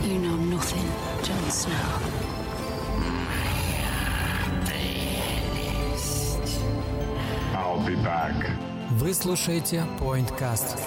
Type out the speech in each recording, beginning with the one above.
You know nothing, Jon Snow. I'll be back. Вы слушаете PointCast.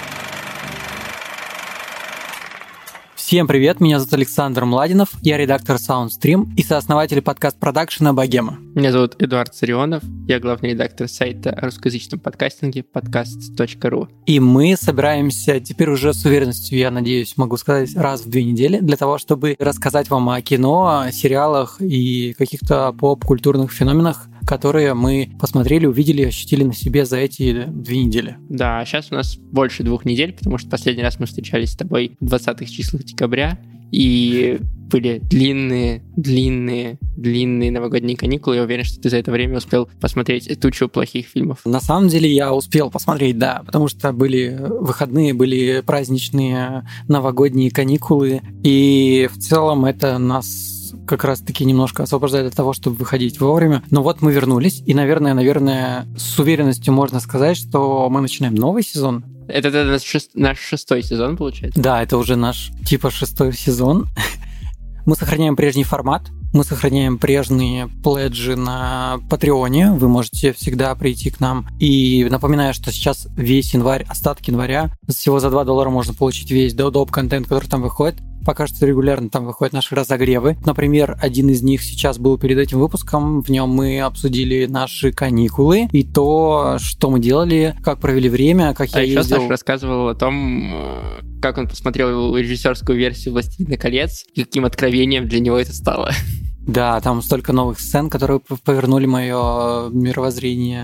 Всем привет, меня зовут Александр Младинов, я редактор SoundStream и сооснователь подкаст-продакшена «Богема». Меня зовут Эдуард Царионов, я главный редактор сайта о русскоязычном подкастинге podcast.ru. И мы собираемся теперь уже с уверенностью, я надеюсь, могу сказать, раз в 2 недели, для того, чтобы рассказать вам о кино, о сериалах и каких-то поп-культурных феноменах, которые мы посмотрели, увидели и ощутили на себе за эти 2 недели. Да, сейчас у нас больше 2 недель, потому что последний раз мы встречались с тобой в 20-х числах декабря, и были длинные новогодние каникулы. Я уверен, что ты за это время успел посмотреть тучу плохих фильмов. На самом деле я успел посмотреть, да, потому что были выходные, были праздничные новогодние каникулы, и в целом это нас как раз-таки немножко освобождает от того, чтобы выходить вовремя. Но вот мы вернулись, и, наверное, с уверенностью можно сказать, что мы начинаем новый сезон. Это наш 6-й сезон, получается? Да, это уже наш типа 6-й сезон. Мы сохраняем прежний формат, мы сохраняем прежние пледжи на Патреоне. Вы можете всегда прийти к нам. И напоминаю, что сейчас весь январь, остатки января, всего за $2 можно получить весь доп-контент, который там выходит. Пока что регулярно там выходят наши разогревы. Например, один из них сейчас был перед этим выпуском. В нем мы обсудили наши каникулы и то, что мы делали, как провели время, как я ездил. А еще Саша рассказывал о том, как он посмотрел режиссерскую версию «Властелина колец» и каким откровением для него это стало. Да, там столько новых сцен, которые повернули мое мировоззрение.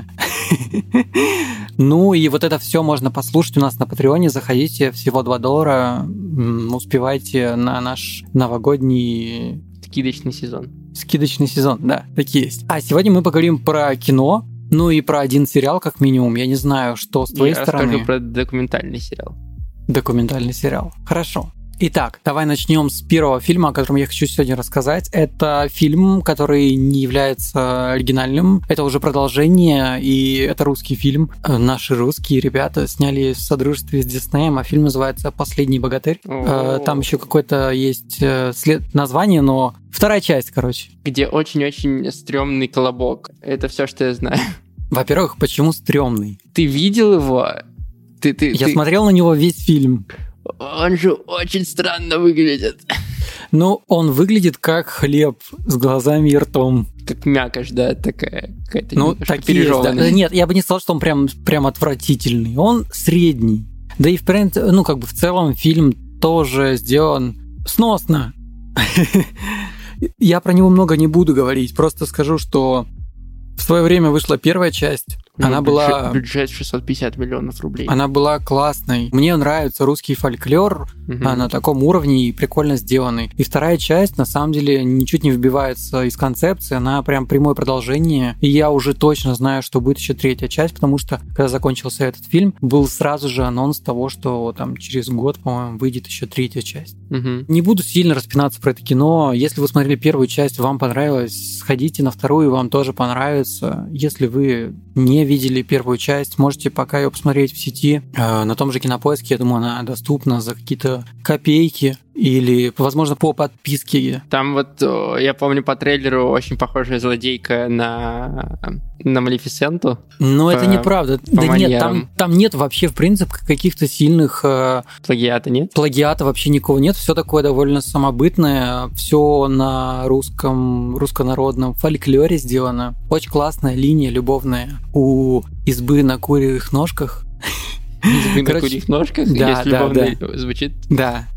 Ну и вот это все можно послушать у нас на Патреоне. Заходите, всего $2. Успевайте на наш новогодний... Скидочный сезон. Скидочный сезон, да, такие есть. А сегодня мы поговорим про кино, ну и про один сериал, как минимум. Я не знаю, что с твоей стороны. Я расскажу про документальный сериал. Документальный сериал. Хорошо. Итак, давай начнем с первого фильма, о котором я хочу сегодня рассказать. Это фильм, который не является оригинальным. Это уже продолжение, и это русский фильм. Наши русские ребята сняли в содружестве с Диснеем, а фильм называется «Последний богатырь». Там еще какое-то есть название, но вторая часть, короче. Где очень-очень стрёмный колобок. Это все, что я знаю. Во-первых, почему стрёмный? Ты видел его? Я смотрел на него весь фильм. Он же очень странно выглядит. Ну, он выглядит как хлеб с глазами и ртом. Как мякоть, да, такая какая-то. Ну, такие есть, да. Нет, я бы не сказал, что он прям отвратительный. Он средний. Да и в принципе, в целом фильм тоже сделан сносно. Я про него много не буду говорить, просто скажу, что в свое время вышла первая часть. Она была... Бюджет 650 миллионов рублей. Она была классной. Мне нравится русский фольклор на таком уровне и прикольно сделанный. И вторая часть, на самом деле, ничуть не выбивается из концепции. Она прям прямое продолжение. И я уже точно знаю, что будет еще 3-я часть, потому что, когда закончился этот фильм, был сразу же анонс того, что там через год, по-моему, выйдет еще 3-я часть. Не буду сильно распинаться про это кино. Если вы смотрели первую часть, вам понравилось, сходите на вторую, вам тоже понравится. Если вы не видели первую часть, можете пока ее посмотреть в сети. На том же Кинопоиске, я думаю, она доступна за какие-то копейки или, возможно, по подписке. Там вот, я помню, по трейлеру очень похожая злодейка на Малефисенту. Но это неправда. Да нет, там нет вообще, в принципе, каких-то сильных... Плагиата нет? Плагиата вообще никого нет. Все такое довольно самобытное. Все на руссконародном фольклоре сделано. Очень классная линия любовная у избы на курьих ножках. Избы на курьих ножках? Да, если любовно звучит? Да.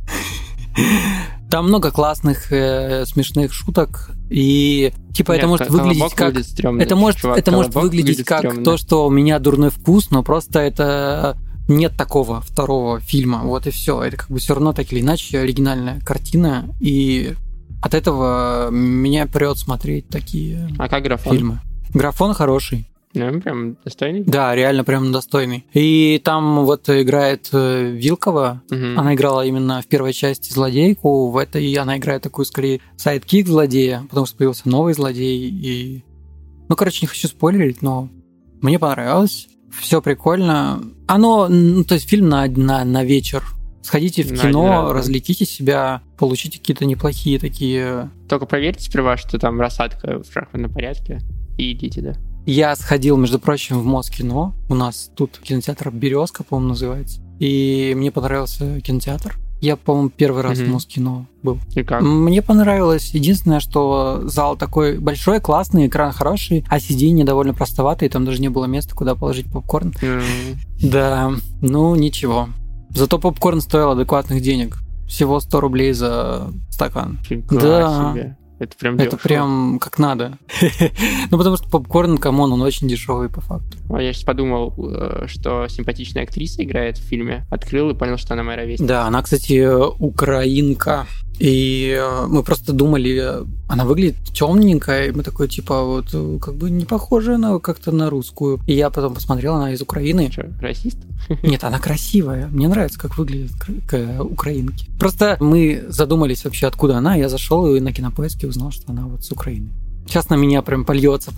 Там много классных смешных шуток, и типа это может выглядеть как... Это может выглядеть как то, что у меня дурной вкус, но просто это... Нет такого второго фильма, вот и все. Это как бы все равно так или иначе оригинальная картина, и от этого меня прет смотреть такие как графон? Фильмы. Графон хороший. Прям достойный? Да, реально прям достойный. И там вот играет Вилкова. Она играла именно в первой части злодейку. В этой она играет такую, скорее, сайдкик злодея, потому что появился новый злодей. И... не хочу спойлерить, но мне понравилось. Все прикольно. То есть фильм на вечер. Сходите в На кино, один раз, да. развлеките себя, получите какие-то неплохие такие... Только проверьте сперва, что там рассадка в шахматном порядке, и идите, да. Я сходил, между прочим, в Москино. У нас тут кинотеатр «Березка», по-моему, называется. И мне понравился кинотеатр. Я, по-моему, первый раз в Москино был. И как? Мне понравилось. Единственное, что зал такой большой, классный, экран хороший, а сиденья довольно простоватые, там даже не было места, куда положить попкорн. Да, ну ничего. Зато попкорн стоил адекватных денег. Всего 100 рублей за стакан. Фига Да. себе. Это прям Это дешево. прям как надо. Ну, потому что попкорн, камон, он очень дешевый по факту. Я сейчас подумал, что симпатичная актриса играет в фильме. Открыл и понял, что она моя ровесница. Да, она, кстати, украинка. И мы просто думали, она выглядит темненькая, и мы такой, типа, вот, как бы не похожа она как-то на русскую. И я потом посмотрел, она из Украины. Что, расист? Нет, она красивая. Мне нравится, как выглядят украинки. Просто мы задумались вообще, откуда она. Я зашел и на Кинопоиске узнал, что она вот с Украины. Сейчас на меня прям польется.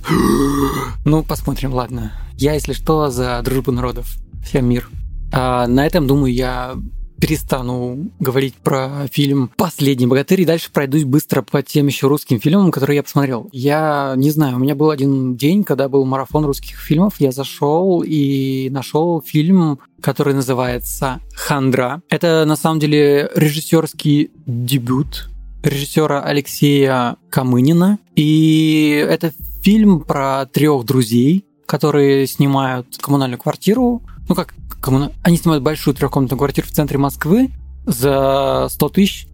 Ну, посмотрим, ладно. Я, если что, за дружбу народов. Всем мир. А на этом, думаю, я перестану говорить про фильм «Последний богатырь» и дальше пройдусь быстро по тем еще русским фильмам, которые я посмотрел. Я не знаю, у меня был один день, когда был марафон русских фильмов, я зашел и нашел фильм, который называется «Хандра». Это, на самом деле, режиссерский дебют режиссера Алексея Камынина. И это фильм про 3 друзей, которые снимают коммунальную квартиру. Ну как, они снимают большую 3-комнатную квартиру в центре Москвы за 100 тысяч.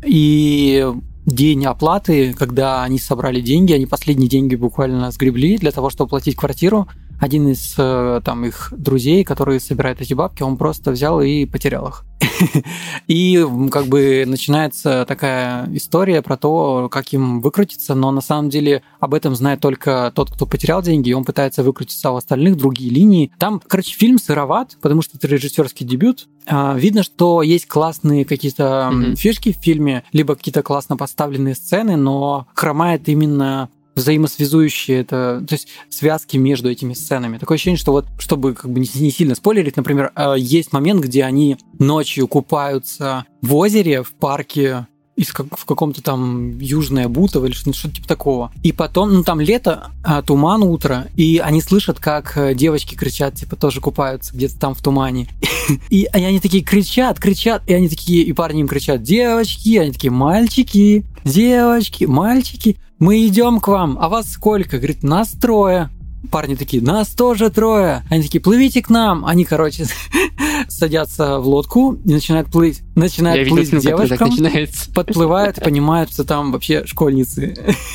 И день оплаты, когда они собрали деньги, они последние деньги буквально сгребли для того, чтобы оплатить квартиру. Один из там их друзей, который собирает эти бабки, он просто взял и потерял их. И как бы начинается такая история про то, как им выкрутиться, но на самом деле об этом знает только тот, кто потерял деньги, и он пытается выкрутиться, а у остальных другие линии. Там, короче, фильм сыроват, потому что это режиссерский дебют. Видно, что есть классные какие-то фишки в фильме, либо какие-то классно поставленные сцены, но хромает именно взаимосвязующие, это, то есть связки между этими сценами. Такое ощущение, что вот, чтобы как бы не сильно спойлерить, например, есть момент, где они ночью купаются в озере, в парке, в каком-то там Южное Бутово или что-то типа такого. И потом, ну там лето, туман, утро, и они слышат, как девочки кричат, типа тоже купаются где-то там в тумане. И они такие кричат, и они такие, и парни им кричат: девочки, они такие: мальчики, девочки, мальчики, мы идем к вам, а вас сколько? Говорит: нас 3. Парни такие: нас тоже 3. Они такие: плывите к нам. Они, короче, садятся в лодку и начинают плыть. Начинают плыть к девушкам, подплывают и понимают, что там вообще школьницы.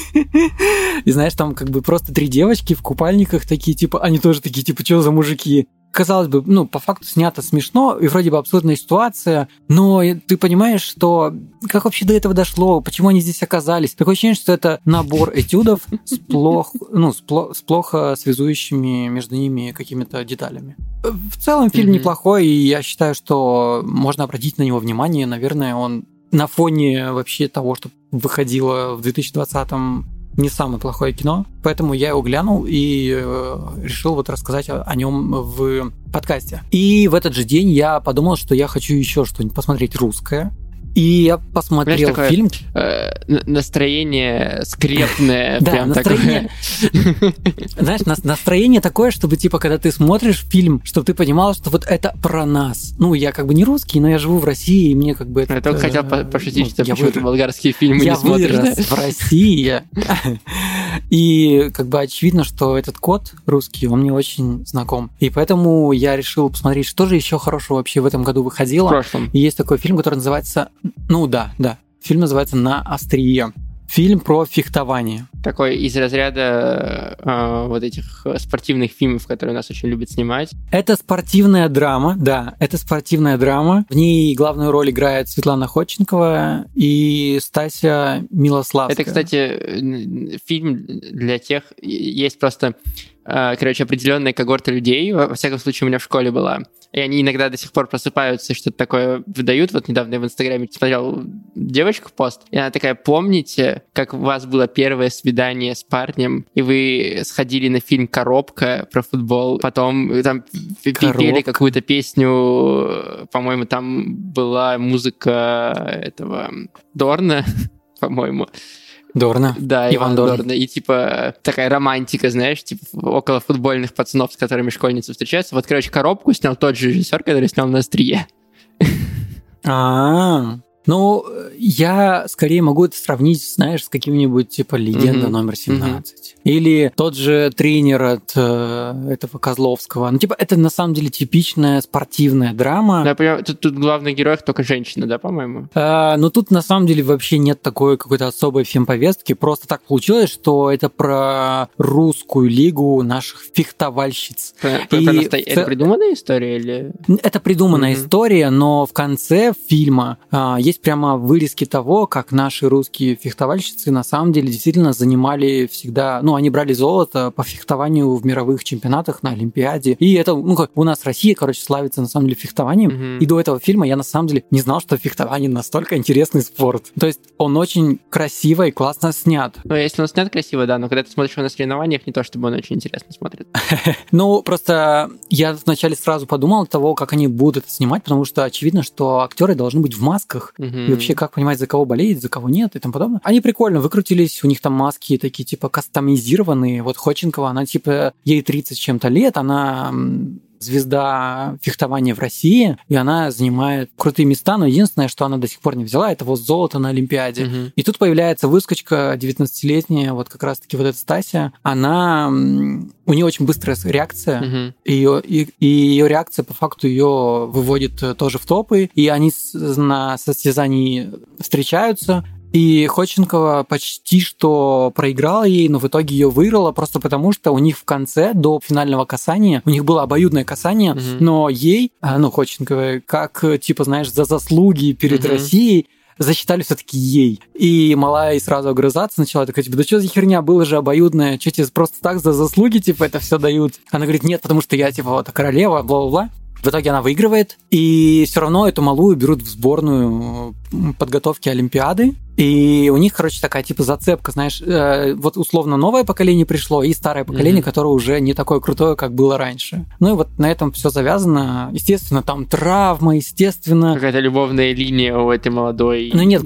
И знаешь, там как бы просто 3 девочки в купальниках такие, типа, они тоже такие, типа, что за мужики? Казалось бы, ну, по факту снято смешно, и вроде бы абсурдная ситуация, но ты понимаешь, что как вообще до этого дошло, почему они здесь оказались. Такое ощущение, что это набор этюдов с плохо связующими между ними какими-то деталями. В целом фильм неплохой, и я считаю, что можно обратить на него внимание. Наверное, он на фоне вообще того, что выходило в 2020-м, не самое плохое кино, поэтому я его глянул и решил вот рассказать о нем в подкасте. И в этот же день я подумал, что я хочу еще что-нибудь посмотреть русское. И я посмотрел фильм. Настроение скрепное. Да, настроение. Знаешь, настроение такое, чтобы, типа, когда ты смотришь фильм, чтобы ты понимал, что вот это про нас. Ну, я как бы не русский, но я живу в России, и мне как бы это... Я только хотел пошутить, что почему ты болгарские фильмы не смотришь. Я вырос в России. И как бы очевидно, что этот код русский, он мне очень знаком. И поэтому я решил посмотреть, что же еще хорошего вообще в этом году выходило. В прошлом. И есть такой фильм, который называется... Ну да. Фильм называется «На острие». Фильм про фехтование. Такой из разряда вот этих спортивных фильмов, которые нас очень любят снимать. Это спортивная драма, да, это спортивная драма. В ней главную роль играет Светлана Ходченкова и Стася Милославская. Это, кстати, фильм для тех... Есть просто, короче, определенная когорта людей, во всяком случае, у меня в школе была, И они иногда до сих пор просыпаются и что-то такое выдают. Вот недавно я в Инстаграме смотрел девочку пост, и она такая: помните, как у вас было первое свидание с парнем, и вы сходили на фильм «Коробка» про футбол, потом там пели какую-то песню, по-моему, там была музыка этого Дорна, по-моему. Дорна. Да, Иван Дорна. И типа такая романтика, знаешь, типа около футбольных пацанов, с которыми школьницы встречаются. Вот, короче, «Коробку» снял тот же режиссер, который снял «На острие». Ну, я скорее могу это сравнить, знаешь, с каким-нибудь типа «Легенда номер 17». Или тот же тренер от этого Козловского. Ну, типа, это на самом деле типичная спортивная драма. Да, понимаю, тут главный герой только женщина, да, по-моему? Но тут на самом деле вообще нет такой какой-то особой фемповестки. Просто так получилось, что это про русскую лигу наших фехтовальщиц. Это придуманная история или... Это придуманная история, но в конце фильма есть прямо вырезки того, как наши русские фехтовальщицы на самом деле действительно занимали всегда... Ну, они брали золото по фехтованию в мировых чемпионатах на Олимпиаде. И это, ну, как у нас Россия, короче, славится на самом деле фехтованием. И до этого фильма я на самом деле не знал, что фехтование настолько интересный спорт. То есть он очень красиво и классно снят. Ну, если он снят красиво, да, но когда ты смотришь его на соревнованиях, не то чтобы он очень интересно смотрит. Ну, просто я вначале сразу подумал от того, как они будут это снимать, потому что очевидно, что актеры должны быть в масках. И вообще, как понимать, за кого болеет, за кого нет и тому подобное. Они прикольно выкрутились, у них там маски такие, типа, кастомизированные. Вот Ходченкова, она, типа, ей 30 с чем-то лет, она звезда фехтования в России, и она занимает крутые места, но единственное, что она до сих пор не взяла, это вот золото на Олимпиаде. И тут появляется выскочка 19-летняя, вот как раз-таки вот эта Стася, она... У нее очень быстрая реакция, и ее реакция, по факту, ее выводит тоже в топы, и они на состязании встречаются, и Ходченкова почти что проиграла ей, но в итоге ее выиграла просто потому, что у них в конце, до финального касания, у них было обоюдное касание, но ей, Ходченковой, как, типа, знаешь, за заслуги перед Россией, засчитали все-таки ей. И малая сразу огрызаться начала, такая, типа, да что за херня, было же обоюдное, что тебе просто так за заслуги, типа, это все дают? Она говорит: нет, потому что я, типа, вот королева, бла-бла-бла. В итоге она выигрывает, и все равно эту малую берут в сборную подготовки Олимпиады. И у них, короче, такая типа зацепка, знаешь, вот условно новое поколение пришло и старое поколение, которое уже не такое крутое, как было раньше. Ну и вот на этом все завязано. Естественно, там травма, естественно. Какая-то любовная линия у этой молодой. Ну нет,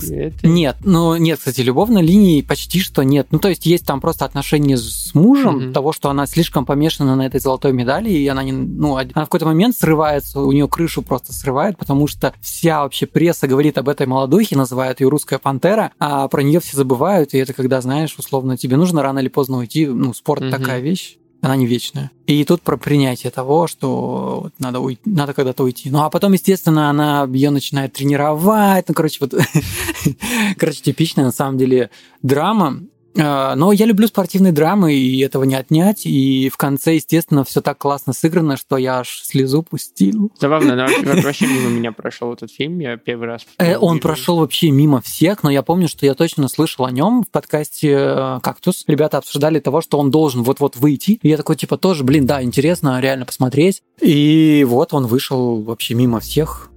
кстати, любовной линии почти что нет. Ну то есть есть там просто отношения с мужем, того, что она слишком помешана на этой золотой медали, и она она в какой-то момент срывается, у нее крышу просто срывает, потому что вся вообще пресса говорит об этой молодухе, называют ее «русская пантера», а про нее все забывают, и это когда, знаешь, условно, тебе нужно рано или поздно уйти, ну, спорт такая вещь, она не вечная. И тут про принятие того, что надо когда-то уйти. Ну, а потом, естественно, ее начинает тренировать, ну, короче, вот, типичная, на самом деле, драма. Но я люблю спортивные драмы, и этого не отнять. И в конце, естественно, все так классно сыграно, что я аж слезу пустил. Забавно, но вообще мимо меня прошел этот фильм. Я первый раз... Он прошел вообще мимо всех, но я помню, что я точно слышал о нем в подкасте «Кактус». Ребята обсуждали того, что он должен вот-вот выйти. И я такой, типа, тоже, да, интересно реально посмотреть. И вот он вышел вообще мимо всех.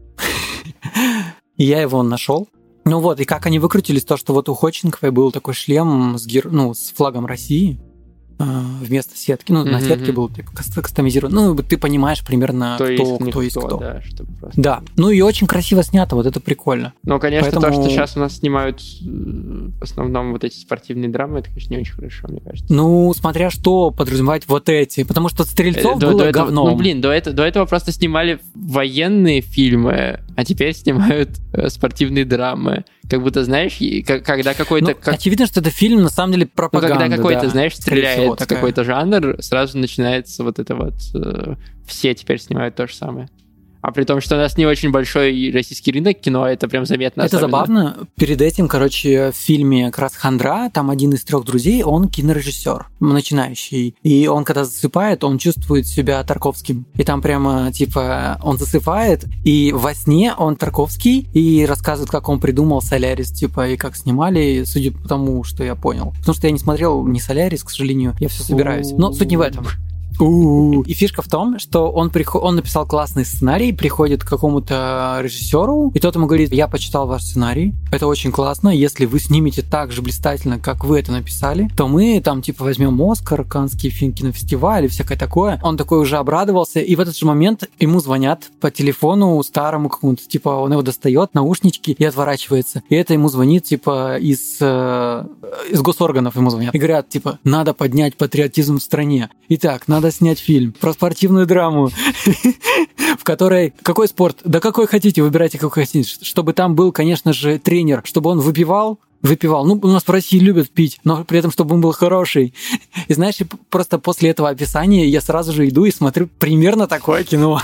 И я его нашел. Ну вот, и как они выкрутились, то, что вот у Ходченковой был такой шлем с флагом России вместо сетки. Ну, на сетке был типа кастомизирован. Ну, ты понимаешь примерно, кто есть кто. Да, просто... да, ну и очень красиво снято, вот это прикольно. Ну, конечно, то, что сейчас у нас снимают в основном вот эти спортивные драмы, это, конечно, не очень хорошо, мне кажется. Ну, смотря что подразумевать вот эти, потому что Стрельцов было говном. Ну, блин, до этого просто снимали военные фильмы, а теперь снимают спортивные драмы. Как будто, знаешь, когда какой-то... Очевидно, что это фильм, на самом деле, пропаганда. Ну, когда какой-то, знаешь, стреляет какой-то жанр, сразу начинается вот это вот... Все теперь снимают то же самое. А при том, что у нас не очень большой российский рынок кино, это прям заметно. Это особенно забавно. Перед этим, в фильме как раз «Хандра», там один из 3 друзей, он кинорежиссер, начинающий. И он, когда засыпает, он чувствует себя Тарковским. И там прямо, типа, он засыпает, и во сне он Тарковский, и рассказывает, как он придумал «Солярис», типа, и как снимали, судя по тому, что я понял. Потому что я не смотрел ни «Солярис», к сожалению, я все собираюсь. Но суть не в этом. И фишка в том, что он написал классный сценарий, приходит к какому-то режиссеру, и тот ему говорит: я почитал ваш сценарий, это очень классно, если вы снимете так же блистательно, как вы это написали, то мы там типа возьмем Оскар, Каннский кинофестиваль и всякое такое. Он такой уже обрадовался, и в этот же момент ему звонят по телефону старому какому-то, типа он его достает, наушнички, и отворачивается. И это ему звонит типа из госорганов ему звонят. И говорят, типа, надо поднять патриотизм в стране. Итак, надо снять фильм про спортивную драму, в которой... Какой спорт? Да какой хотите, выбирайте какой хотите. Чтобы там был, конечно же, тренер, чтобы он выпивал. Ну, у нас в России любят пить, но при этом, чтобы он был хороший. И знаешь, просто после этого описания я сразу же иду и смотрю примерно такое кино.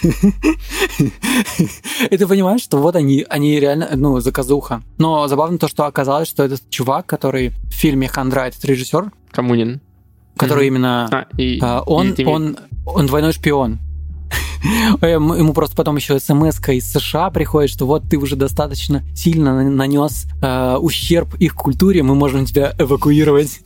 И ты понимаешь, что вот они реально, заказуха. Но забавно то, что оказалось, что этот чувак, который в фильме «Хандра», этот режиссер, Коммунин, который именно... Он двойной шпион. Ему просто потом еще смс-ка из США приходит, что вот ты уже достаточно сильно нанес ущерб их культуре, мы можем тебя эвакуировать.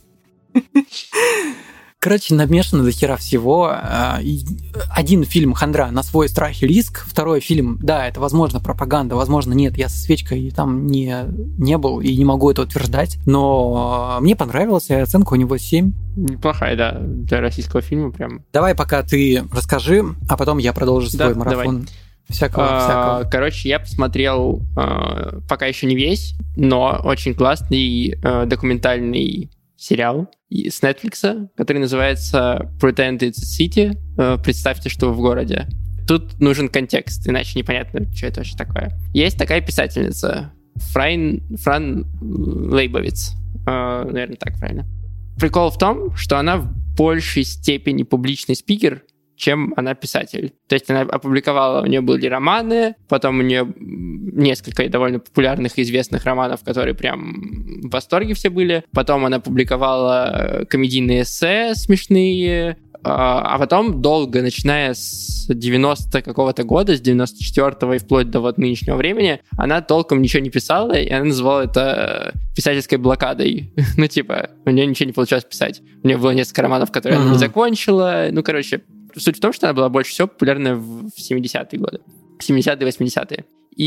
Короче, намешано до хера всего. Один фильм «Хандра» на свой страх и риск. Второй фильм, да, это, возможно, пропаганда, возможно, нет. Я со свечкой там не был и не могу это утверждать. Но мне понравилось, и оценка у него 7. Неплохая, да, для российского фильма прям. Давай пока ты расскажи, а потом я продолжу свой марафон. Давай. Всякого. Короче, я посмотрел пока еще не весь, но очень классный документальный сериал с Netflix, который называется Pretend It's a City. Представьте, что вы в городе. Тут нужен контекст, иначе непонятно, что это вообще такое. Есть такая писательница Фран Лейбовиц. Наверное, так правильно. Прикол в том, что она в большей степени публичный спикер, чем она писатель. То есть она опубликовала, у нее были романы, потом у нее несколько довольно популярных и известных романов, которые прям в восторге все были. Потом она публиковала комедийные эссе смешные, а потом долго, начиная с 90 какого-то года, с 94-го и вплоть до вот нынешнего времени, она толком ничего не писала, и она называла это писательской блокадой. Ну, типа, у нее ничего не получалось писать. У нее было несколько романов, которые она не закончила. Ну, короче, суть в том, что она была больше всего популярна в 70-е годы. 70-е, 80-е.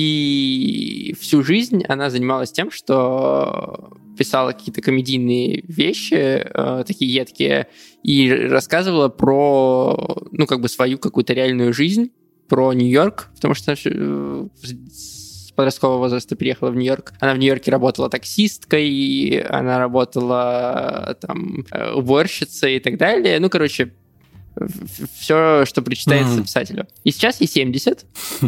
И всю жизнь она занималась тем, что писала какие-то комедийные вещи, такие едкие, и рассказывала про, свою какую-то реальную жизнь, про Нью-Йорк, потому что с подросткового возраста переехала в Нью-Йорк. Она в Нью-Йорке работала таксисткой, она работала там уборщицей и так далее. Все, что причитается писателю. И сейчас ей 70,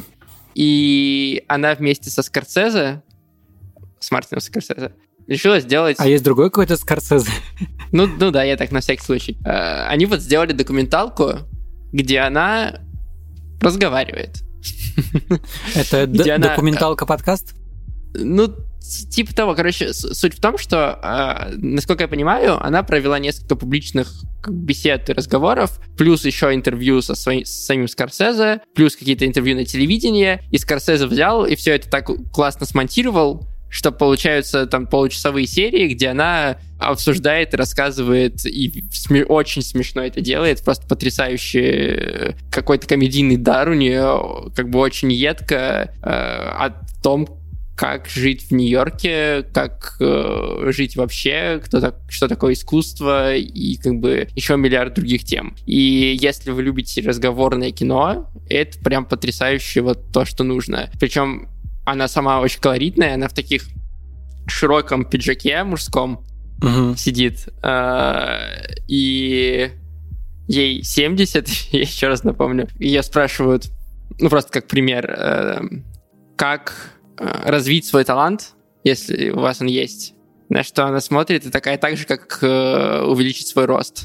и она вместе со Скорсезе, с Мартином Скорсезе, решила сделать... А есть другой какой-то Скорсезе? Ну да, я так на всякий случай. Они вот сделали документалку, где она разговаривает. Это документалка-подкаст? Ну, типа того. Короче, суть в том, что, насколько я понимаю, она провела несколько публичных бесед и разговоров, плюс еще интервью с самим Скорсезе, плюс какие-то интервью на телевидении, и Скорсезе взял и все это так классно смонтировал, что получаются там получасовые серии, где она обсуждает и рассказывает, и очень смешно это делает, просто потрясающий какой-то комедийный дар у нее, как бы очень едко о том, как жить в Нью-Йорке, как жить вообще, что такое искусство и как бы еще миллиард других тем. И если вы любите разговорное кино, это прям потрясающе вот то, что нужно. Причем она сама очень колоритная, она в таких широком пиджаке мужском сидит, и ей 70, я еще раз напомню. Ее спрашивают, просто как пример, как развить свой талант, если у вас он есть. На что она смотрит и такая, так же, как увеличить свой рост.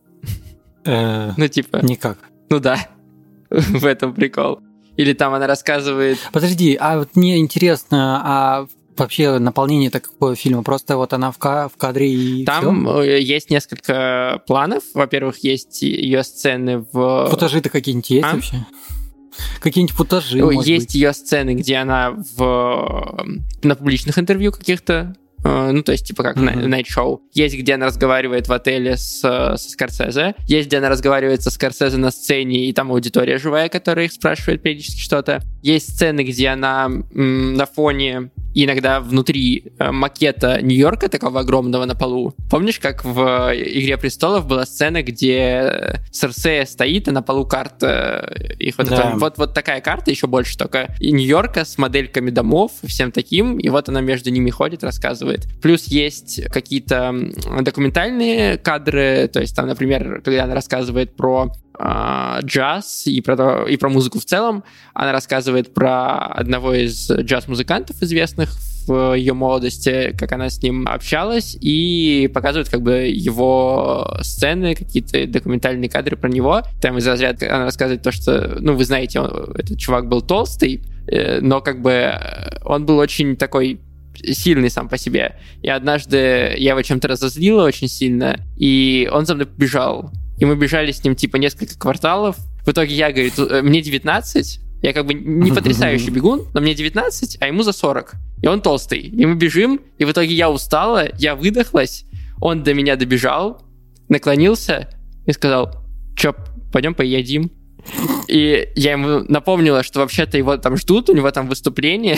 Никак. Ну да, в этом прикол. Или там она рассказывает... Подожди, а вот мне интересно, а вообще наполнение такого фильма? Просто вот она в кадре и там всё? Есть несколько планов. Во-первых, есть ее сцены в... Футажи-то какие-нибудь есть вообще? Какие-нибудь футажи, есть ее сцены, где она на публичных интервью каких-то ну, то есть, типа, как найт-шоу. Есть, где она разговаривает в отеле со Скорсезе. Есть, где она разговаривает со Скорсезе на сцене, и там аудитория живая, которая их спрашивает периодически что-то. Есть сцены, где она на фоне, иногда внутри макета Нью-Йорка, такого огромного на полу. Помнишь, как в «Игре престолов» была сцена, где Серсея стоит, а на полу карта их вот такая карта, еще больше только и Нью-Йорка с модельками домов и всем таким, и вот она между ними ходит, рассказывает. Плюс есть какие-то документальные кадры, то есть там, например, когда она рассказывает про джаз и про музыку в целом, она рассказывает про одного из джаз-музыкантов известных в ее молодости, как она с ним общалась, и показывает как бы его сцены, какие-то документальные кадры про него. Там из разряда она рассказывает то, что, ну, вы знаете, этот чувак был толстый, но как бы он был очень такой сильный сам по себе. И однажды я его чем-то разозлила очень сильно, и он за мной побежал. И мы бежали с ним типа несколько кварталов. В итоге я, говорит, мне 19, я как бы не потрясающий бегун, но мне 19, а ему за 40. И он толстый. И мы бежим, и в итоге я устала, я выдохлась, он до меня добежал, наклонился и сказал: «Чё, пойдем поедим?» И я ему напомнила, что вообще-то его там ждут, у него там выступление,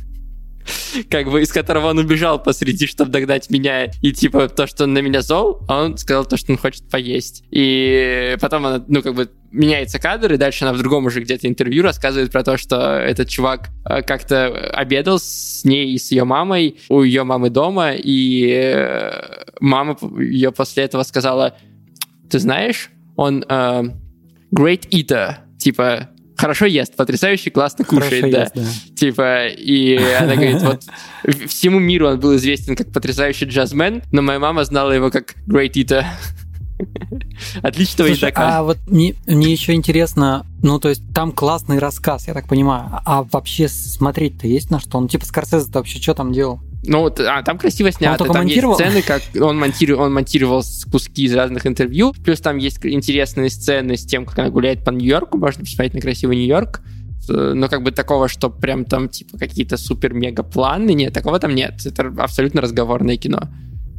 как бы из которого он убежал посреди, чтобы догнать меня, и типа то, что он на меня зол, а он сказал то, что он хочет поесть. И потом она, ну, как бы меняется кадр, и дальше она в другом уже где-то интервью рассказывает про то, что этот чувак как-то обедал с ней и с ее мамой у ее мамы дома, и мама ее после этого сказала: «Ты знаешь, он great eater», типа хорошо ест, потрясающе, классно кушает, хорошо да. Ест, да. Типа, и она говорит, вот всему миру он был известен как потрясающий джазмен, но моя мама знала его как great eater. Отличного едока. А вот мне еще интересно, ну, то есть там классный рассказ, я так понимаю, а вообще смотреть-то есть на что? Ну, типа Скорсезе-то вообще что там делал? Ну, там красиво снято, там монтировал? есть сцены, как он монтировал куски из разных интервью, плюс там есть интересные сцены с тем, как она гуляет по Нью-Йорку, можно посмотреть на красивый Нью-Йорк, но как бы такого, что прям там типа какие-то супер-мега-планы, нет, такого там нет, это абсолютно разговорное кино.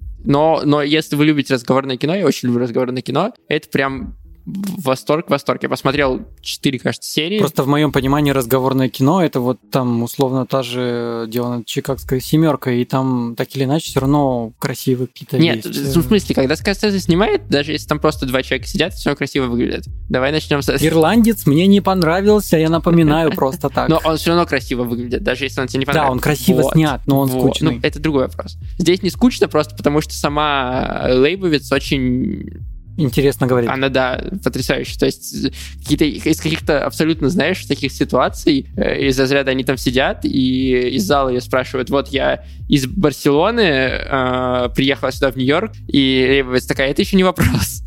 Но если вы любите разговорное кино, я очень люблю разговорное кино, это прям восторг. Я посмотрел 4, кажется, серии. Просто в моем понимании разговорное кино — это вот там условно та же делана Чикагская семерка, и там так или иначе все равно красивые какие-то Нет, есть. в смысле, когда Скорсезе снимает, даже если там просто 2 человека сидят, все красиво выглядит. Давай начнем с... «Ирландец» мне не понравился, я напоминаю, просто так. Но он все равно красиво выглядит, даже если он тебе не понравился. Да, он красиво снят, но он скучный. Ну, это другой вопрос. Здесь не скучно просто потому, что сама Лейбовиц очень... Интересно говорить. Она, да, потрясающая. То есть из каких-то абсолютно, знаешь, таких ситуаций, из разряда они там сидят, и из зала ее спрашивают: вот я из Барселоны приехала сюда в Нью-Йорк, и Лейбовиц такая: это еще не вопрос.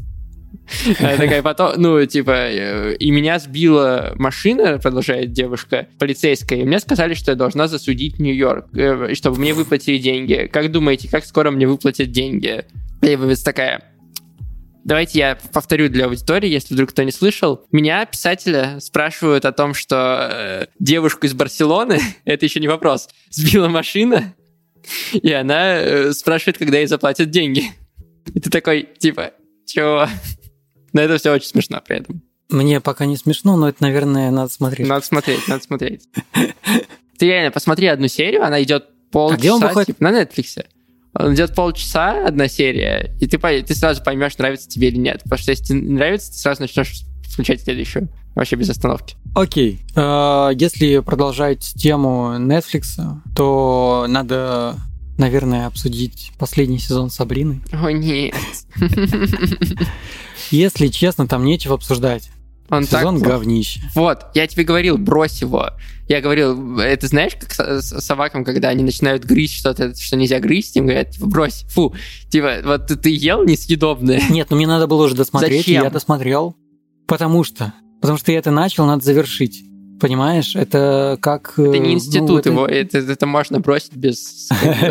Такая потом, ну, типа, и меня сбила машина, продолжает девушка, полицейская, и мне сказали, что я должна засудить Нью-Йорк, чтобы мне выплатили деньги. Как думаете, как скоро мне выплатят деньги? Лейбовиц такая: давайте я повторю для аудитории, если вдруг кто не слышал. Меня, писателя, спрашивают о том, что девушку из Барселоны, это еще не вопрос, сбила машина, и она спрашивает, когда ей заплатят деньги. И ты такой, типа, чего? Но это все очень смешно при этом. Мне пока не смешно, но это, наверное, надо смотреть. Надо смотреть. Ты реально посмотри одну серию, она идет полчаса. А где он выходит? Типа, на Netflix. Он идет полчаса, одна серия, и ты сразу поймешь, нравится тебе или нет. Потому что если тебе не нравится, ты сразу начнешь включать следующую. Вообще без остановки. Окей. Если продолжать тему Netflix, то надо, наверное, обсудить последний сезон Сабрины. О, нет. Если честно, там нечего обсуждать. Он сезон так... говнище. Вот, я тебе говорил, брось его. Я говорил, это знаешь, как с собакам, когда они начинают грызть что-то, что нельзя грызть, им говорят, типа, брось, фу. Типа, вот ты ел несъедобное. Нет, ну мне надо было уже досмотреть, Зачем? И я досмотрел. Потому что я это начал, надо завершить. Понимаешь? Это как... Это не институт, его, это можно бросить без...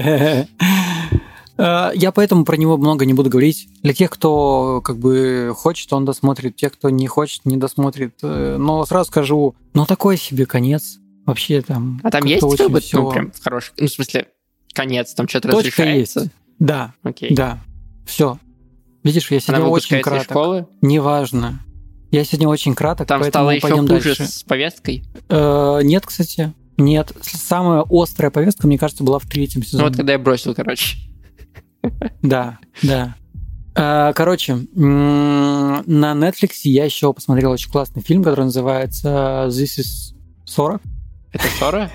Я поэтому про него много не буду говорить. Для тех, кто как бы хочет, он досмотрит. Тех, кто не хочет, не досмотрит. Но сразу скажу, ну такой себе конец. Вообще там... А там есть кто бы, ну, прям хороший... Ну, в смысле, конец, там что-то Точка разрешается? есть. Да, Окей. да. Все. Видишь, я сегодня Она очень выпускается из краток. школы? Неважно. Я сегодня очень краток, Там поэтому стало еще пойдем хуже дальше. с повесткой? Нет, кстати. Нет. Самая острая повестка, мне кажется, была в 3-м сезоне. Ну вот когда я бросил, короче. Да, да. Короче, на Netflix я еще посмотрел очень классный фильм, который называется This is 40. Это ссора?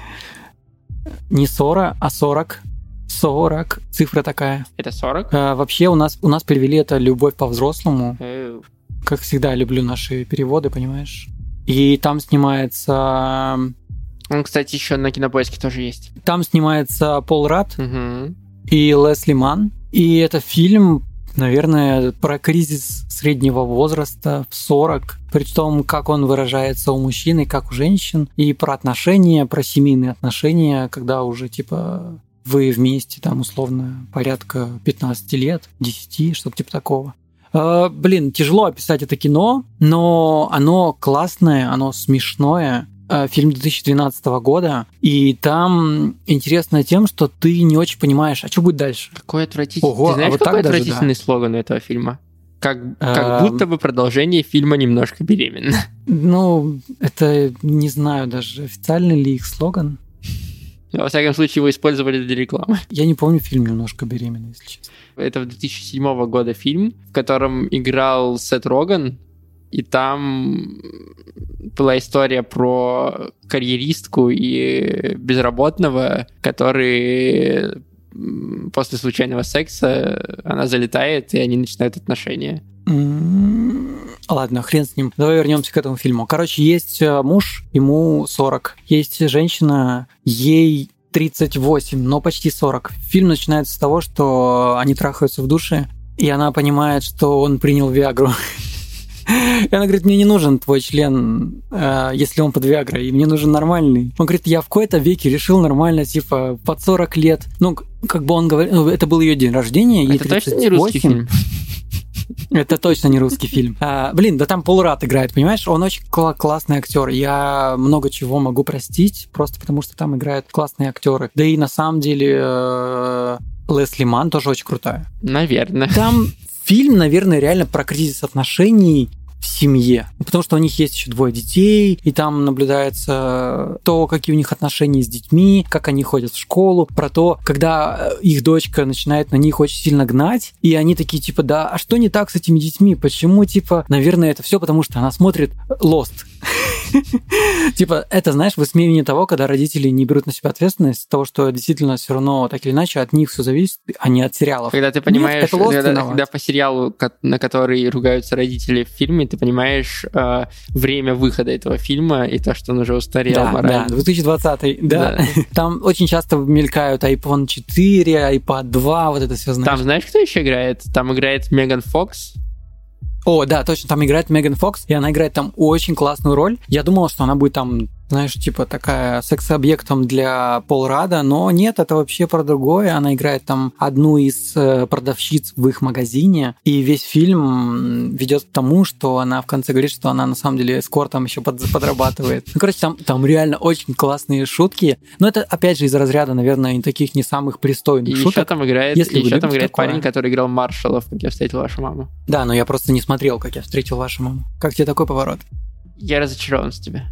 Не 40, а 40. 40. Цифра такая. Это 40? Вообще у нас перевели это «Любовь по-взрослому». Эу. Как всегда, люблю наши переводы, понимаешь? И там снимается... Он, кстати, еще на Кинопоиске тоже есть. Там снимается Пол Радд Угу. и Лесли Манн. И это фильм, наверное, про кризис среднего возраста в 40, при том, как он выражается у мужчин и как у женщин, и про отношения, про семейные отношения, когда уже, типа, вы вместе, там, условно, порядка 15 лет, 10, что-то типа такого. Блин, тяжело описать это кино, но оно классное, оно смешное. Фильм 2012 года, и там интересно тем, что ты не очень понимаешь, а что будет дальше. Какой отвратительный. Ого, Ты знаешь, а вот какой так даже, отвратительный слоган у этого фильма? Как будто бы продолжение фильма «Немножко беременна». Ну, это не знаю даже, официальный ли их слоган. Во всяком случае, его использовали для рекламы. Я не помню фильм «Немножко беременна», если честно. Это 2007 года фильм, в котором играл Сет Роган, и там была история про карьеристку и безработного, который после случайного секса она залетает, и они начинают отношения. Ладно, хрен с ним. Давай вернемся к этому фильму. Короче, есть муж, ему 40. Есть женщина, ей 38, но почти 40. Фильм начинается с того, что они трахаются в душе, и она понимает, что он принял Виагру. И она говорит, мне не нужен твой член, если он под Виагрой, и мне нужен нормальный. Он говорит, я в кои-то веке решил нормально, типа, под 40 лет. Ну, как бы он говорил, ну, это был ее день рождения, ей 38. Это точно не русский фильм? Это точно не русский фильм. Блин, да там Пол Радд играет, понимаешь? Он очень классный актер. Я много чего могу простить, просто потому что там играют классные актеры. Да и на самом деле Лесли Манн тоже очень крутая. Наверное. Там фильм, наверное, реально про кризис отношений в семье. Потому что у них есть еще 2 детей, и там наблюдается то, какие у них отношения с детьми, как они ходят в школу, про то, когда их дочка начинает на них очень сильно гнать, и они такие, типа, да, а что не так с этими детьми? Почему, типа, наверное, это все потому, что она смотрит Lost. Типа, это, знаешь, высмеивание того, когда родители не берут на себя ответственность, того, что действительно все равно так или иначе от них все зависит, а не от сериалов. Когда ты понимаешь, Нет, когда по сериалу, на который ругаются родители в фильме, ты понимаешь время выхода этого фильма и то, что он уже устарел морально. Да, 2020, да. Там очень часто мелькают iPhone 4, iPad 2, вот это все, знаешь. Там знаешь, кто еще играет? Там играет Меган Фокс. О, да, точно, там играет Меган Фокс, и она играет там очень классную роль. Я думал, что она будет там, знаешь, типа такая секс-объектом для Пол Радда, но нет, это вообще про другое. Она играет там одну из продавщиц в их магазине, и весь фильм ведет к тому, что она в конце говорит, что она на самом деле эскортом еще подрабатывает. Ну, короче, там реально очень классные шутки, но это, опять же, из разряда, наверное, таких не самых пристойных шуток. Еще там играет парень, который играл Маршалла в «Как я встретил вашу маму». Да, но я просто не смотрел, «Как я встретил вашу маму». Как тебе такой поворот? Я разочарован в тебе.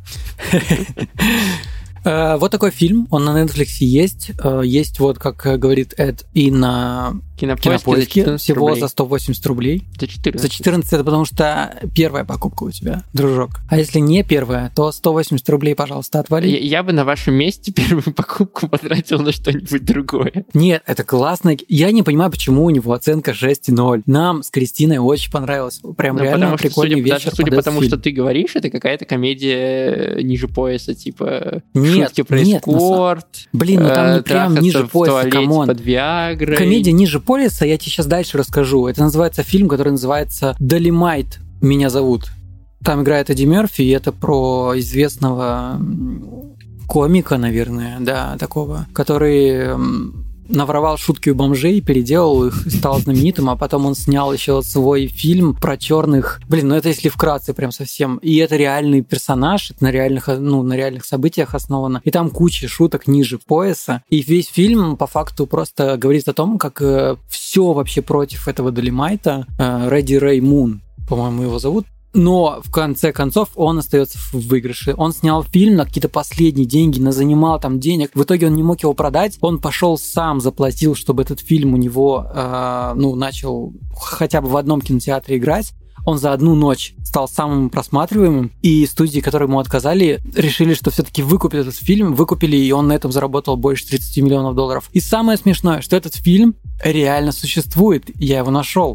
Вот такой фильм, он на Netflix есть. Есть вот, как говорит Эд, и на Кинопоиске всего рублей. За 180 рублей. За 14. За 14 это потому что первая покупка у тебя, дружок. А если не первая, то 180 рублей, пожалуйста, отвали. Я бы на вашем месте первую покупку потратил на что-нибудь другое. Нет, это классно. Я не понимаю, почему у него оценка 6,0. Нам с Кристиной очень понравилось. Прям реально прикольный вечер. Судя по тому, что ты говоришь, это какая-то комедия ниже пояса, типа шутки про эскорт. Блин, ну там не прям ниже пояса, камон. Под Виагрой. Комедия ниже пояса, я тебе сейчас дальше расскажу. Это называется фильм, который называется «Долимайт. Меня зовут». Там играет Эдди Мерфи, и это про известного комика, наверное, да, такого, который наворовал шутки у бомжей, переделал их, стал знаменитым, а потом он снял еще свой фильм про черных. Ну это если вкратце прям совсем. И это реальный персонаж, это на реальных событиях основано. И там куча шуток ниже пояса. И весь фильм по факту просто говорит о том, как все вообще против этого Долемайта. Рэди Рэй Мун, по-моему, его зовут. Но в конце концов он остается в выигрыше. Он снял фильм на какие-то последние деньги, назанимал там денег. В итоге он не мог его продать. Он пошел сам, заплатил, чтобы этот фильм у него начал хотя бы в одном кинотеатре играть. Он за одну ночь стал самым просматриваемым, и студии, которые ему отказали, решили, что все-таки выкупят этот фильм, выкупили, и он на этом заработал больше 30 миллионов долларов. И самое смешное, что этот фильм реально существует. Я его нашел.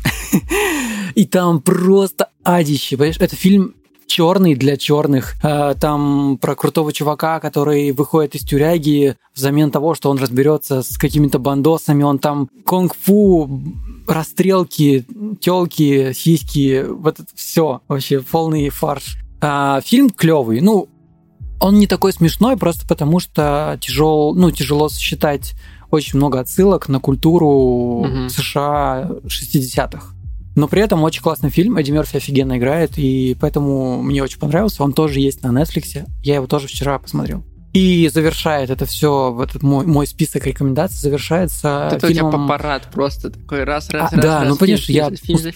И там просто адище, понимаешь? Это фильм черный для черных. Там про крутого чувака, который выходит из тюряги взамен того, что он разберется с какими-то бандосами. Он там кунг-фу, расстрелки, тёлки, сиськи, вот это все вообще полный фарш. Фильм клевый. Он не такой смешной, просто потому что тяжело сосчитать очень много отсылок на культуру США 60-х. Но при этом очень классный фильм, Эдди Мерфи офигенно играет, и поэтому мне очень понравился. Он тоже есть на Netflix, я его тоже вчера посмотрел. И завершает это все, вот мой список рекомендаций завершается фильмом... У тебя аппарат просто такой раз. Да, понимаешь, я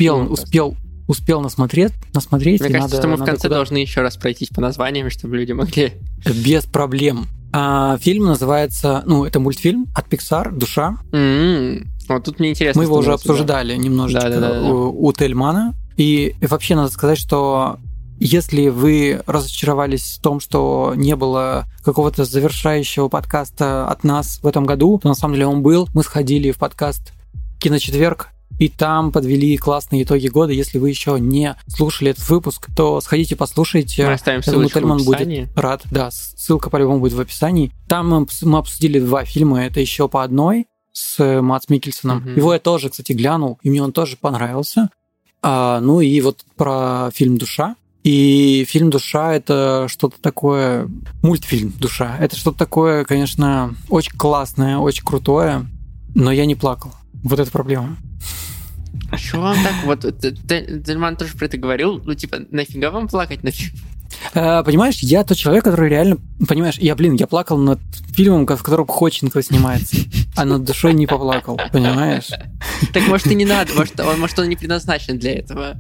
успел насмотреть. Мне кажется, что мы в конце должны еще раз пройтись по названиям, чтобы люди могли... Без проблем. Фильм называется, это мультфильм от Pixar «Душа». Вот тут мне интересно. Мы его уже обсуждали немножечко у Тельмана. И вообще надо сказать, что если вы разочаровались в том, что не было какого-то завершающего подкаста от нас в этом году, то на самом деле он был. Мы сходили в подкаст «Киночетверг», и там подвели классные итоги года. Если вы еще не слушали этот выпуск, то сходите, послушайте. Мы оставим ссылочку Тельман в описании. Будет рад. Да, ссылка по-любому будет в описании. Там мы обсудили 2 фильма. Это «Еще по одной» с Мадс Миккельсоном. Его я тоже, кстати, глянул, и мне он тоже понравился. И вот про фильм «Душа». И фильм «Душа» — это что-то такое... Мультфильм «Душа». Это что-то такое, конечно, очень классное, очень крутое, но я не плакал. Вот это проблема. А что вам так? Вот Тельман тоже про это говорил. Нафига вам плакать на фильм? Понимаешь, я тот человек, который реально... Понимаешь, я плакал над фильмом, в котором Ходченкова снимается, а над «Душой» не поплакал, понимаешь? Так может и не надо, может он не предназначен для этого?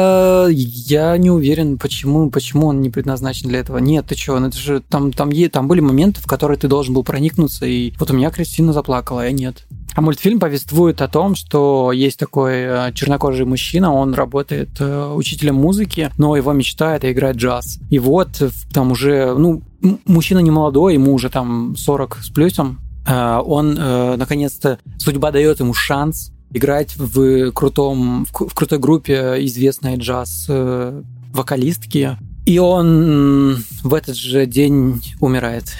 Я не уверен, почему он не предназначен для этого. Нет, ты чё, это же там были моменты, в которые ты должен был проникнуться, и вот у меня Кристина заплакала, а я нет. А мультфильм повествует о том, что есть такой чернокожий мужчина, он работает учителем музыки, но его мечта — это играть джаз. И вот там уже, мужчина не молодой, ему уже там 40 с плюсом, он наконец-то, судьба дает ему шанс играть в крутой группе известной джаз-вокалистки. И он в этот же день умирает.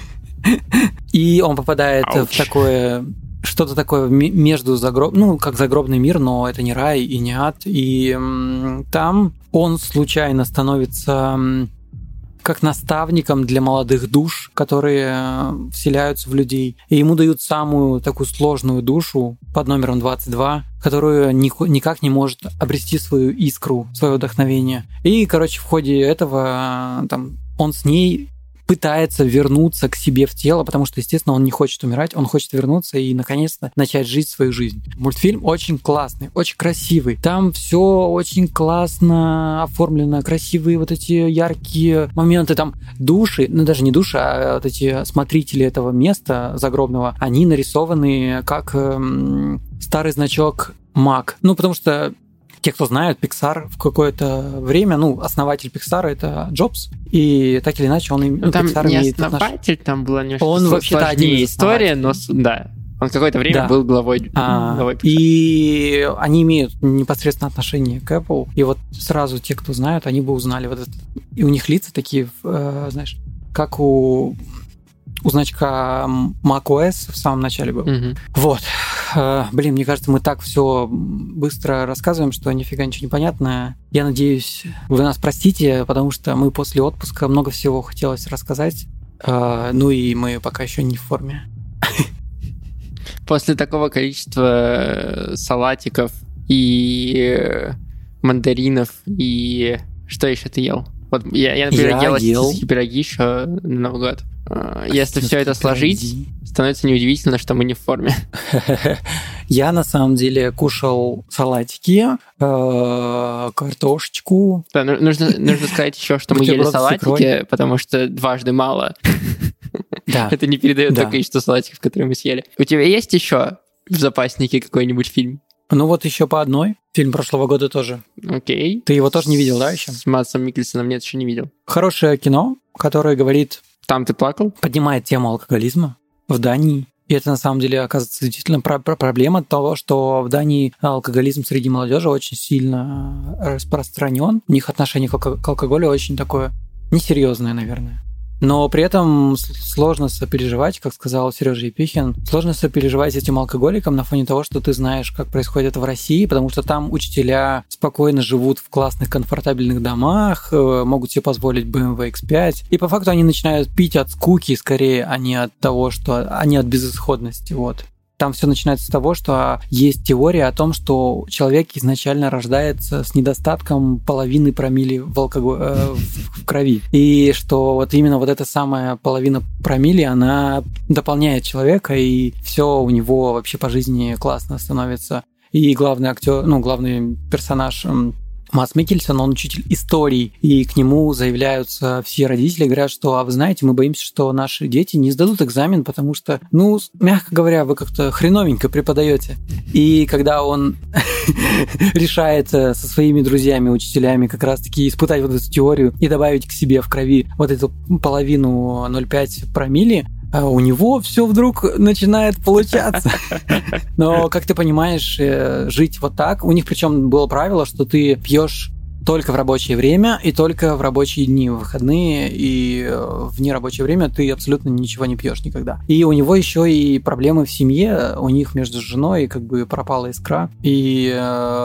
И он попадает в такое... Что-то такое между как загробный мир, но это не рай и не ад. И там он случайно становится как наставником для молодых душ, которые вселяются в людей. И ему дают самую такую сложную душу под номером 22, которую никак не может обрести свою искру, свое вдохновение. И, в ходе этого он с ней пытается вернуться к себе в тело, потому что, естественно, он не хочет умирать, он хочет вернуться и, наконец-то, начать жить свою жизнь. Мультфильм очень классный, очень красивый. Там все очень классно оформлено, красивые вот эти яркие моменты. Там души, даже не души, а вот эти смотрители этого места загробного, они нарисованы как старый значок Mac. Потому что те, кто знают, Pixar в какое-то время, основатель Pixar — это Джобс, и так или иначе он там Pixar не имеет основатель, там была немножко он сложнее история, но да, он какое-то время был главой Pixar. И они имеют непосредственно отношение к Apple, и вот сразу те, кто знают, они бы узнали вот это. И у них лица такие, знаешь, как у значка macOS в самом начале был. Вот. Мне кажется, мы так все быстро рассказываем, что нифига ничего не понятно. Я надеюсь, вы нас простите, потому что мы после отпуска много всего хотелось рассказать. И мы пока еще не в форме. После такого количества салатиков и мандаринов и что еще ты ел? Вот я например, ел астические пироги еще на Новый год. Если все это сложить, становится неудивительно, что мы не в форме. Я на самом деле кушал салатики, картошечку. Да, нужно сказать еще, что мы ели салатики, потому что дважды мало. Да. Это не передает то количество салатиков, которые мы съели. У тебя есть еще в запаснике какой-нибудь фильм? Ну вот еще по одной. Фильм прошлого года тоже. Окей. Ты его тоже не видел, да, еще? С Мадсом Миккельсеном нет, еще не видел. Хорошее кино, которое говорит... Там ты плакал? Поднимает тему алкоголизма в Дании. И это на самом деле оказывается действительно проблема того, что в Дании алкоголизм среди молодежи очень сильно распространен. У них отношение к алкоголю очень такое несерьезное, наверное. Но при этом сложно сопереживать, как сказал Сережа Епихин, сложно сопереживать этим алкоголикам на фоне того, что ты знаешь, как происходит это в России, потому что там учителя спокойно живут в классных, комфортабельных домах, могут себе позволить BMW X5, и по факту они начинают пить от скуки скорее, а не от того, что... а не от безысходности, вот. Там все начинается с того, что есть теория о том, что человек изначально рождается с недостатком половины промилле в крови. И что вот именно вот эта самая половина промилле, она дополняет человека, и все у него вообще по жизни классно становится. И главный актер, главный персонаж Мадс Миккельсен, он учитель истории, и к нему заявляются все родители, говорят, что, а вы знаете, мы боимся, что наши дети не сдадут экзамен, потому что, мягко говоря, вы как-то хреновенько преподаете. И когда он решает со своими друзьями, учителями как раз-таки испытать вот эту теорию и добавить к себе в крови вот эту половину 0,5 промилле, у него все вдруг начинает получаться. Но, как ты понимаешь, жить вот так, у них причем было правило, что ты пьешь только в рабочее время и только в рабочие дни, в выходные, и в нерабочее время ты абсолютно ничего не пьешь никогда. И у него еще и проблемы в семье, у них между женой как бы пропала искра, и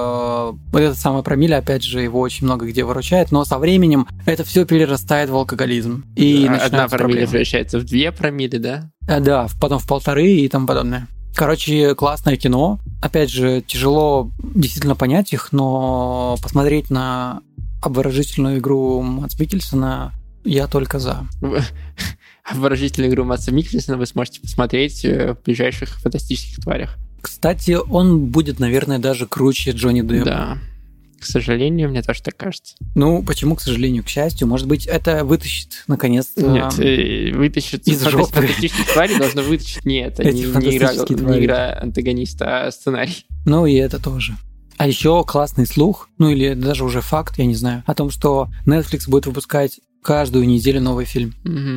вот эта самая промилле, опять же, его очень много где выручает, но со временем это все перерастает в алкоголизм. И одна промилле превращается в 2 промилле, да? Да, потом в 1,5 и тому подобное. Короче, классное кино. Опять же, тяжело действительно понять их, но посмотреть на обворожительную игру Мадса Миккельсена я только за. Обворожительную игру Мадса Миккельсена вы сможете посмотреть в ближайших «Фантастических тварях». Кстати, он будет, наверное, даже круче Джонни Деппа. Да. К сожалению, мне тоже так кажется. Почему, к сожалению, к счастью? Может быть, это вытащит, наконец-то... Нет, вытащит из жопы. «Фантастических тварей» должно вытащить не это, не игра антагониста, а сценарий. И это тоже. А еще классный слух, или даже уже факт, я не знаю, о том, что Netflix будет выпускать каждую неделю новый фильм.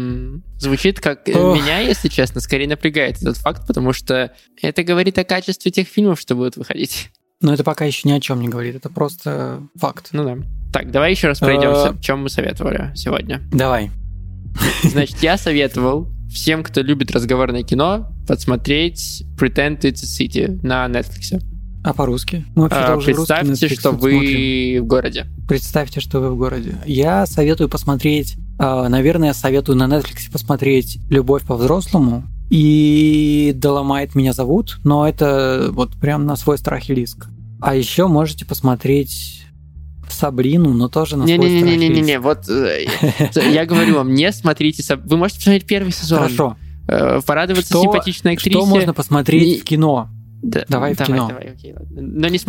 Звучит как... Меня, если честно, скорее напрягает этот факт, потому что это говорит о качестве тех фильмов, что будут выходить. Но это пока еще ни о чем не говорит, это просто факт. Да. Так, давай еще раз пройдемся, в чем мы советовали сегодня. Давай. Значит, я советовал всем, кто любит разговорное кино, подсмотреть Pretend It's a City на Netflix. А по-русски? Мы вообще-то уже представьте, что вы в городе. Представьте, что вы в городе. Я советую посмотреть, наверное, советую на Netflix посмотреть «Любовь по-взрослому» и «Доломайт меня зовут», но это вот прям на свой страх и риск. А еще можете посмотреть «Сабрину», но тоже на свой страх и риск. Не-не-не, вот я говорю вам, не смотрите «Сабрину». Вы можете посмотреть первый сезон. Хорошо. Порадоваться симпатичной актрисе. Что можно посмотреть в кино? Давай в кино. Давай, окей, ладно. Но не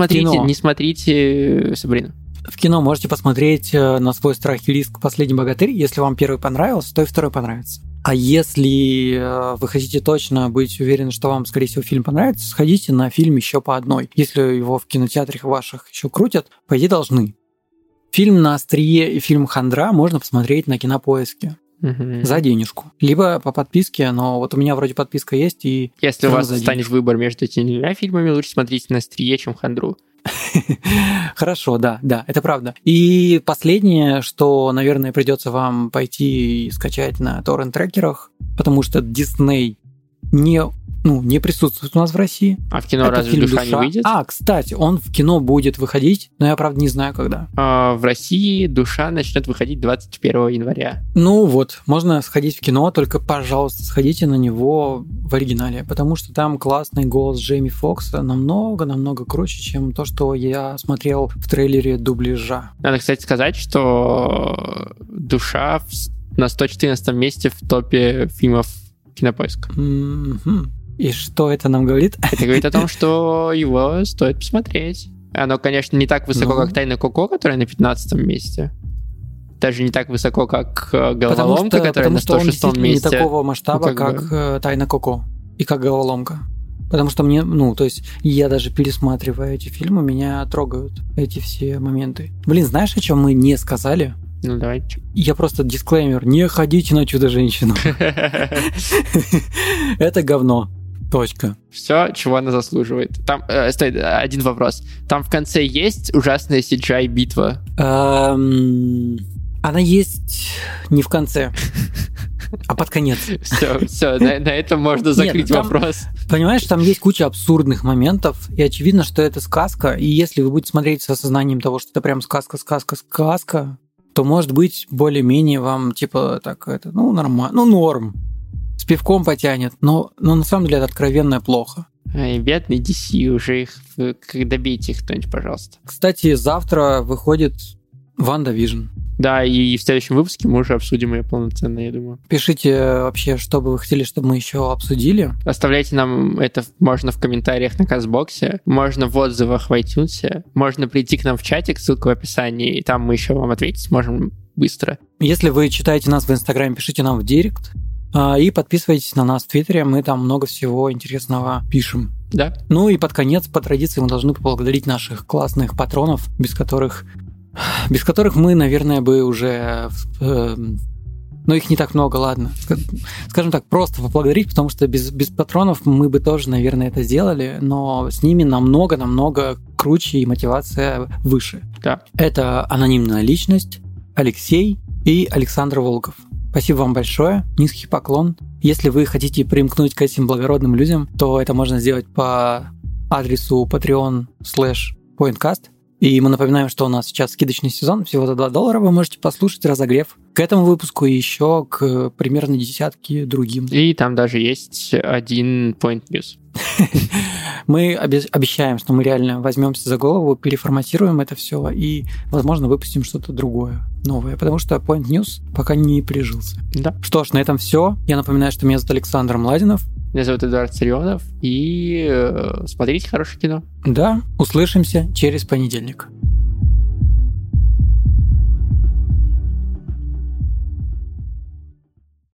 смотрите «Сабрину». В кино можете посмотреть на свой страх и риск «Последний богатырь». Если вам первый понравился, то и второй понравится. А если вы хотите точно быть уверены, что вам, скорее всего, фильм понравится, сходите на фильм еще по одной. Если его в кинотеатрах ваших еще крутят, по идее должны. Фильм «На острие» и фильм «Хандра» можно посмотреть на Кинопоиске. За денежку. Либо по подписке, но вот у меня вроде подписка есть. И если у вас станет выбор между этими двумя фильмами, лучше смотреть «На острие», чем «Хандру». Хорошо, да, это правда. И последнее, что, наверное, придется вам пойти и скачать на торрент-трекерах, потому что Disney не не присутствует у нас в России. А в кино Это разве фильм «Душа» не выйдет? Кстати, он в кино будет выходить, но я, правда, не знаю, когда. В России «Душа» начнет выходить 21 января. Можно сходить в кино, только, пожалуйста, сходите на него в оригинале, потому что там классный голос Джейми Фокса намного-намного круче, чем то, что я смотрел в трейлере дубляжа. Надо, кстати, сказать, что «Душа» на 114 месте в топе фильмов «Кинопоиска». И что это нам говорит? Это говорит о том, что его стоит посмотреть. Оно, конечно, не так высоко, как «Тайна Коко», которая на 15 месте. Даже не так высоко, как «Головоломка», которая на 106 месте. Не такого масштаба, как «Тайна Коко» и как «Головоломка». Потому что я даже пересматривая эти фильмы, меня трогают эти все моменты. Знаешь, о чем мы не сказали? Давайте. Я просто дисклеймер. Не ходите на «Чудо-женщину». Это говно. Точка. Все, чего она заслуживает. Там, стоит один вопрос. Там в конце есть ужасная CGI-битва? Она есть не в конце, а под конец. Все, на этом можно закрыть вопрос. Понимаешь, там есть куча абсурдных моментов, и очевидно, что это сказка, и если вы будете смотреть с осознанием того, что это прям сказка, то, может быть, более-менее вам, нормально, норм. С пивком потянет, но на самом деле это откровенно плохо. Бедный DC, уже их, добейте их кто-нибудь, пожалуйста. Кстати, завтра выходит WandaVision. Да, и в следующем выпуске мы уже обсудим ее полноценно, я думаю. Пишите вообще, что бы вы хотели, чтобы мы еще обсудили. Оставляйте нам это можно в комментариях на Кастбоксе, можно в отзывах в iTunes, можно прийти к нам в чатик, ссылка в описании, и там мы еще вам ответить сможем быстро. Если вы читаете нас в Инстаграме, пишите нам в Директ. И подписывайтесь на нас в Твиттере, мы там много всего интересного пишем. Да. И под конец, по традиции, мы должны поблагодарить наших классных патронов, без которых мы, наверное, бы уже... их не так много, ладно. Скажем так, просто поблагодарить, потому что без патронов мы бы тоже, наверное, это сделали, но с ними намного-намного круче и мотивация выше. Да. Это анонимная личность, Алексей и Александр Волков. Спасибо вам большое, низкий поклон. Если вы хотите примкнуть к этим благородным людям, то это можно сделать по адресу patreon.com/pointcast. И мы напоминаем, что у нас сейчас скидочный сезон, всего за $2 вы можете послушать разогрев к этому выпуску и еще к примерно 10 другим. И там даже есть один Point News. Мы обещаем, что мы реально возьмемся за голову, переформатируем это все и, возможно, выпустим что-то другое, новое, потому что Point News пока не прижился. Да. Что ж, на этом все. Я напоминаю, что меня зовут Александр Младинов. Меня зовут Эдуард Царионов. И смотрите хорошее кино. Да, услышимся через понедельник.